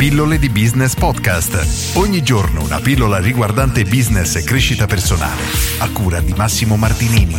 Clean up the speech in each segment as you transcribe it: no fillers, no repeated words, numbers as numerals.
Pillole di Business Podcast. Ogni giorno una pillola riguardante business e crescita personale. A cura di Massimo Martinini.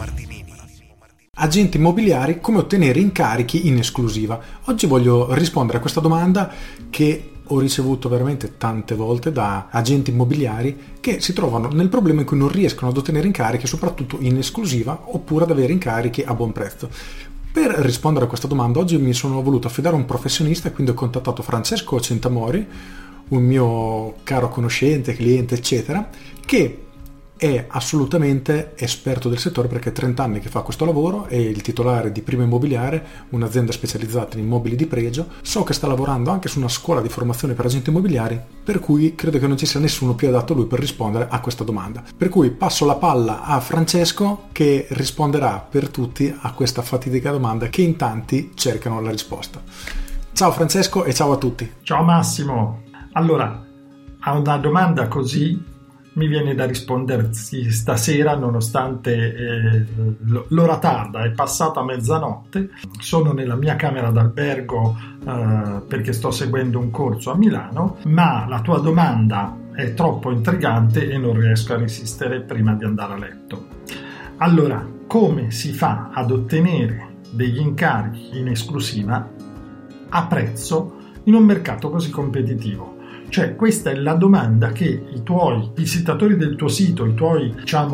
Agenti immobiliari, come ottenere incarichi in esclusiva? Oggi voglio rispondere a questa domanda che ho ricevuto veramente tante volte da agenti immobiliari che si trovano nel problema in cui non riescono ad ottenere incarichi, soprattutto in esclusiva, oppure ad avere incarichi a buon prezzo. Per rispondere a questa domanda oggi mi sono voluto affidare a un professionista e quindi ho contattato Francesco Centamori, un mio caro conoscente, cliente, eccetera, che è assolutamente esperto del settore perché è 30 anni che fa questo lavoro, è il titolare di Prima Immobiliare, un'azienda specializzata in immobili di pregio. So che sta lavorando anche su una scuola di formazione per agenti immobiliari, per cui credo che non ci sia nessuno più adatto a lui per rispondere a questa domanda. Per cui passo la palla a Francesco che risponderà per tutti a questa fatidica domanda che in tanti cercano la risposta. Ciao Francesco e ciao a tutti. Ciao Massimo. Allora, a una domanda così mi viene da rispondersi stasera nonostante l'ora tarda, è passata mezzanotte, sono nella mia camera d'albergo perché sto seguendo un corso a Milano, ma la tua domanda è troppo intrigante e non riesco a resistere prima di andare a letto. Allora, come si fa ad ottenere degli incarichi in esclusiva a prezzo in un mercato così competitivo? Cioè, questa è la domanda che i tuoi visitatori del tuo sito, i tuoi,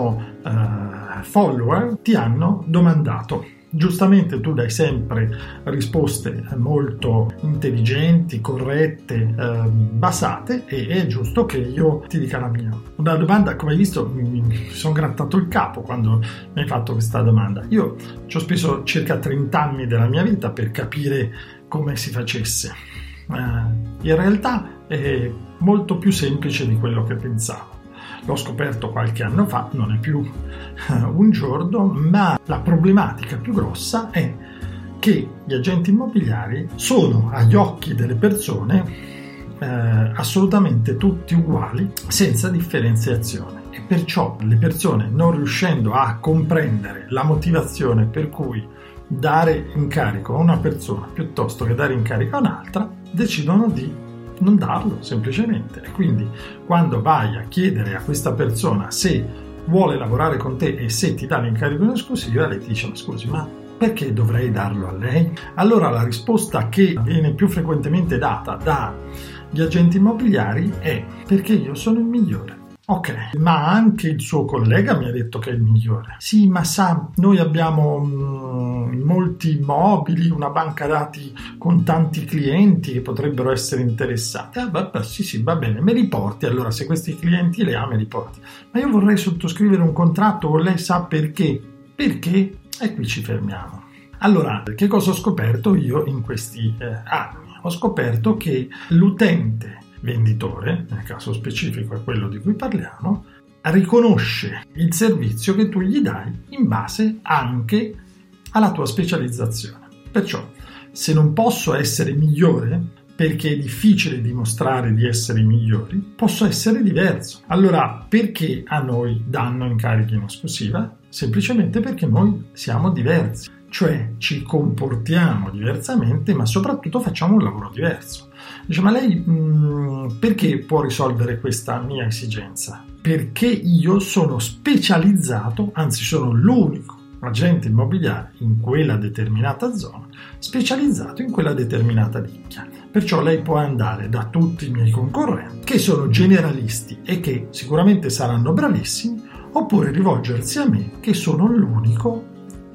follower, ti hanno domandato. Giustamente tu dai sempre risposte molto intelligenti, corrette, basate, e è giusto che io ti dica la mia. Una domanda, come hai visto, mi sono grattato il capo quando mi hai fatto questa domanda. Io ci ho speso circa 30 anni della mia vita per capire come si facesse. In realtà è molto più semplice di quello che pensavo. L'ho scoperto qualche anno fa, non è più un giorno, ma la problematica più grossa è che gli agenti immobiliari sono agli occhi delle persone assolutamente tutti uguali, senza differenziazione, e perciò le persone, non riuscendo a comprendere la motivazione per cui dare incarico a una persona piuttosto che dare incarico a un'altra, decidono di non darlo semplicemente. E quindi quando vai a chiedere a questa persona se vuole lavorare con te e se ti dà l'incarico in esclusiva, lei ti dice: ma scusi, ma perché dovrei darlo a lei? Allora la risposta che viene più frequentemente data dagli agenti immobiliari è: perché io sono il migliore. Ok, ma anche il suo collega mi ha detto che è il migliore. Sì, ma sa, noi abbiamo molti immobili, una banca dati con tanti clienti che potrebbero essere interessati. Sì, va bene, me li porti. Allora, se questi clienti le ha, me li porti. Ma io vorrei sottoscrivere un contratto con lei, sa perché? Perché? E qui ci fermiamo. Allora, che cosa ho scoperto io in questi anni? Ho scoperto che l'utente venditore, nel caso specifico è quello di cui parliamo, riconosce il servizio che tu gli dai in base anche alla tua specializzazione. Perciò, se non posso essere migliore, perché è difficile dimostrare di essere migliori, posso essere diverso. Allora, perché a noi danno incarichi in esclusiva? Semplicemente perché noi siamo diversi, cioè ci comportiamo diversamente, ma soprattutto facciamo un lavoro diverso. Dice: ma lei perché può risolvere questa mia esigenza? Perché io sono specializzato, anzi sono l'unico agente immobiliare in quella determinata zona, specializzato in quella determinata nicchia. Perciò lei può andare da tutti i miei concorrenti, che sono generalisti e che sicuramente saranno bravissimi, oppure rivolgersi a me, che sono l'unico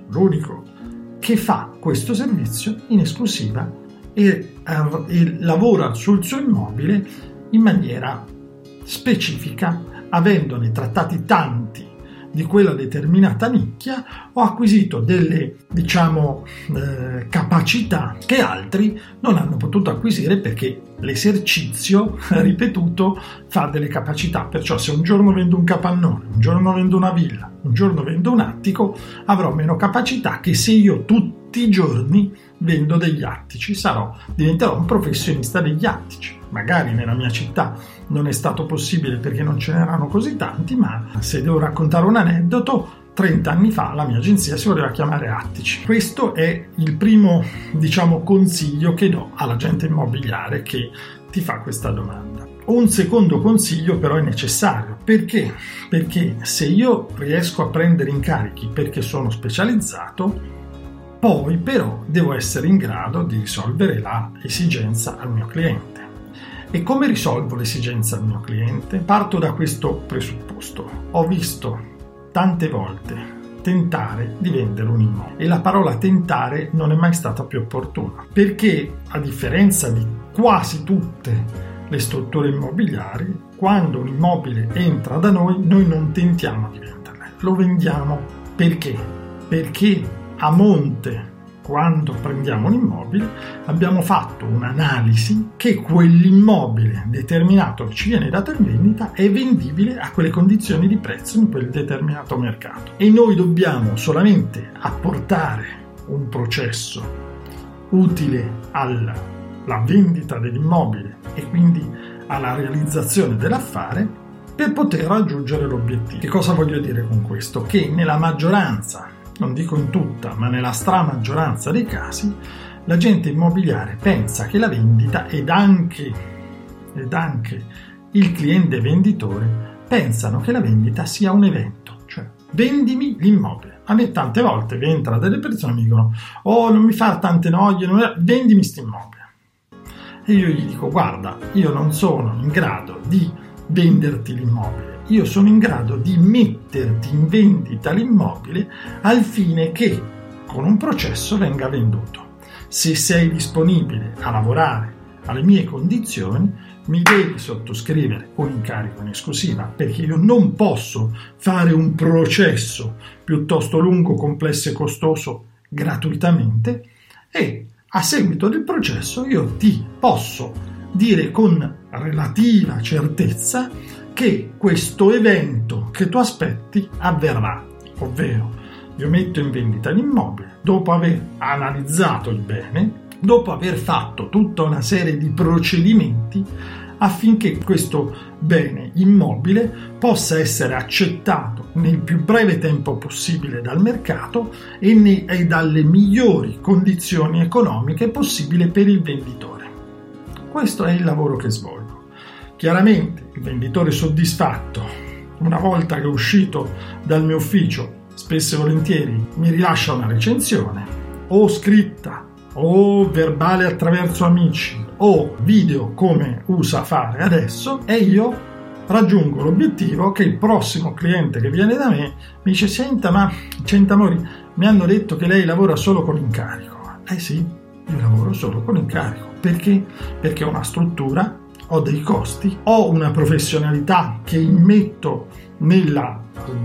che fa questo servizio in esclusiva e lavora sul suo immobile in maniera specifica, avendone trattati tanti di quella determinata nicchia. Ho acquisito delle, capacità che altri non hanno potuto acquisire, perché l'esercizio ripetuto fa delle capacità. Perciò se un giorno vendo un capannone, un giorno vendo una villa, un giorno vendo un attico, avrò meno capacità che se io tutti i giorni vendo degli attici. Diventerò un professionista degli attici. Magari nella mia città non è stato possibile perché non ce n'erano così tanti, ma se devo raccontare un aneddoto, 30 anni fa la mia agenzia si voleva chiamare Attici. Questo è il primo, consiglio che do all'agente immobiliare che ti fa questa domanda. Un secondo consiglio però è necessario. Perché? Perché se io riesco a prendere incarichi perché sono specializzato, poi però devo essere in grado di risolvere la esigenza al mio cliente. E come risolvo l'esigenza al mio cliente? Parto da questo presupposto. Ho visto tante volte tentare di vendere un immobile e la parola tentare non è mai stata più opportuna, perché a differenza di quasi tutte le strutture immobiliari, quando un immobile entra da noi non tentiamo di venderlo, lo vendiamo. Perché? Perché a monte, quando prendiamo un immobile, abbiamo fatto un'analisi che quell'immobile determinato che ci viene dato in vendita è vendibile a quelle condizioni di prezzo in quel determinato mercato. E noi dobbiamo solamente apportare un processo utile alla vendita dell'immobile e quindi alla realizzazione dell'affare per poter raggiungere l'obiettivo. Che cosa voglio dire con questo? Che nella maggioranza, non dico in tutta, ma nella stramaggioranza dei casi, l'agente immobiliare pensa che la vendita ed anche il cliente venditore pensano che la vendita sia un evento, cioè vendimi l'immobile. A me tante volte mi entra delle persone e mi dicono: oh, non mi fa tante noie, vendimi quest'immobile. E io gli dico: guarda, io non sono in grado di venderti l'immobile, io sono in grado di metterti in vendita l'immobile al fine che con un processo venga venduto. Se sei disponibile a lavorare alle mie condizioni, mi devi sottoscrivere un incarico in esclusiva, perché io non posso fare un processo piuttosto lungo, complesso e costoso gratuitamente, e a seguito del processo io ti posso dire con relativa certezza che questo evento che tu aspetti avverrà, ovvero io metto in vendita l'immobile dopo aver analizzato il bene, dopo aver fatto tutta una serie di procedimenti affinché questo bene immobile possa essere accettato nel più breve tempo possibile dal mercato e dalle migliori condizioni economiche possibili per il venditore. Questo è il lavoro che svolgo. Chiaramente il venditore soddisfatto, una volta che è uscito dal mio ufficio, spesso e volentieri mi rilascia una recensione, o scritta, o verbale attraverso amici, o video come usa fare adesso, e io raggiungo l'obiettivo che il prossimo cliente che viene da me mi dice: senta Mori, mi hanno detto che lei lavora solo con incarico. Sì, io lavoro solo con incarico. Perché? Perché ho una struttura, ho dei costi, ho una professionalità che immetto nel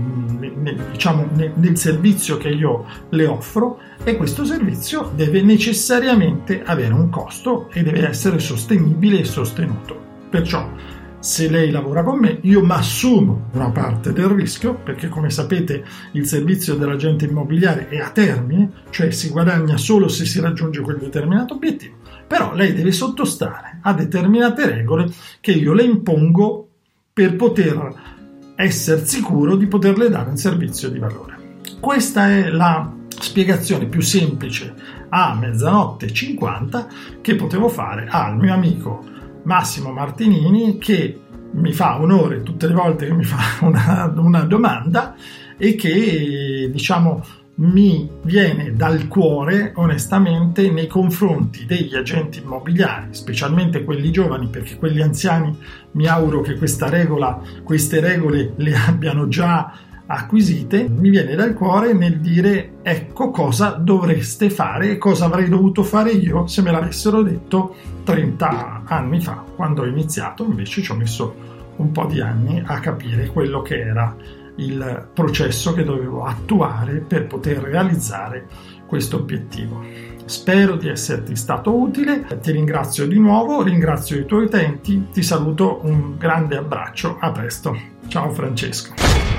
servizio che io le offro, e questo servizio deve necessariamente avere un costo e deve essere sostenibile e sostenuto. Perciò, se lei lavora con me, io mi assumo una parte del rischio, perché come sapete il servizio dell'agente immobiliare è a termine, cioè si guadagna solo se si raggiunge quel determinato obiettivo, però lei deve sottostare a determinate regole che io le impongo per poter essere sicuro di poterle dare un servizio di valore. Questa è la spiegazione più semplice a 00:50 che potevo fare al mio amico Massimo Martinini, che mi fa onore tutte le volte che mi fa una domanda e che mi viene dal cuore onestamente nei confronti degli agenti immobiliari, specialmente quelli giovani, perché quelli anziani mi auguro che queste regole le abbiano già acquisite. Mi viene dal cuore nel dire: ecco cosa dovreste fare e cosa avrei dovuto fare io se me l'avessero detto 30 anni fa, quando ho iniziato. Invece ci ho messo un po' di anni a capire quello che era il processo che dovevo attuare per poter realizzare questo obiettivo. Spero di esserti stato utile, ti ringrazio di nuovo, ringrazio i tuoi utenti, ti saluto, un grande abbraccio, a presto, ciao Francesco.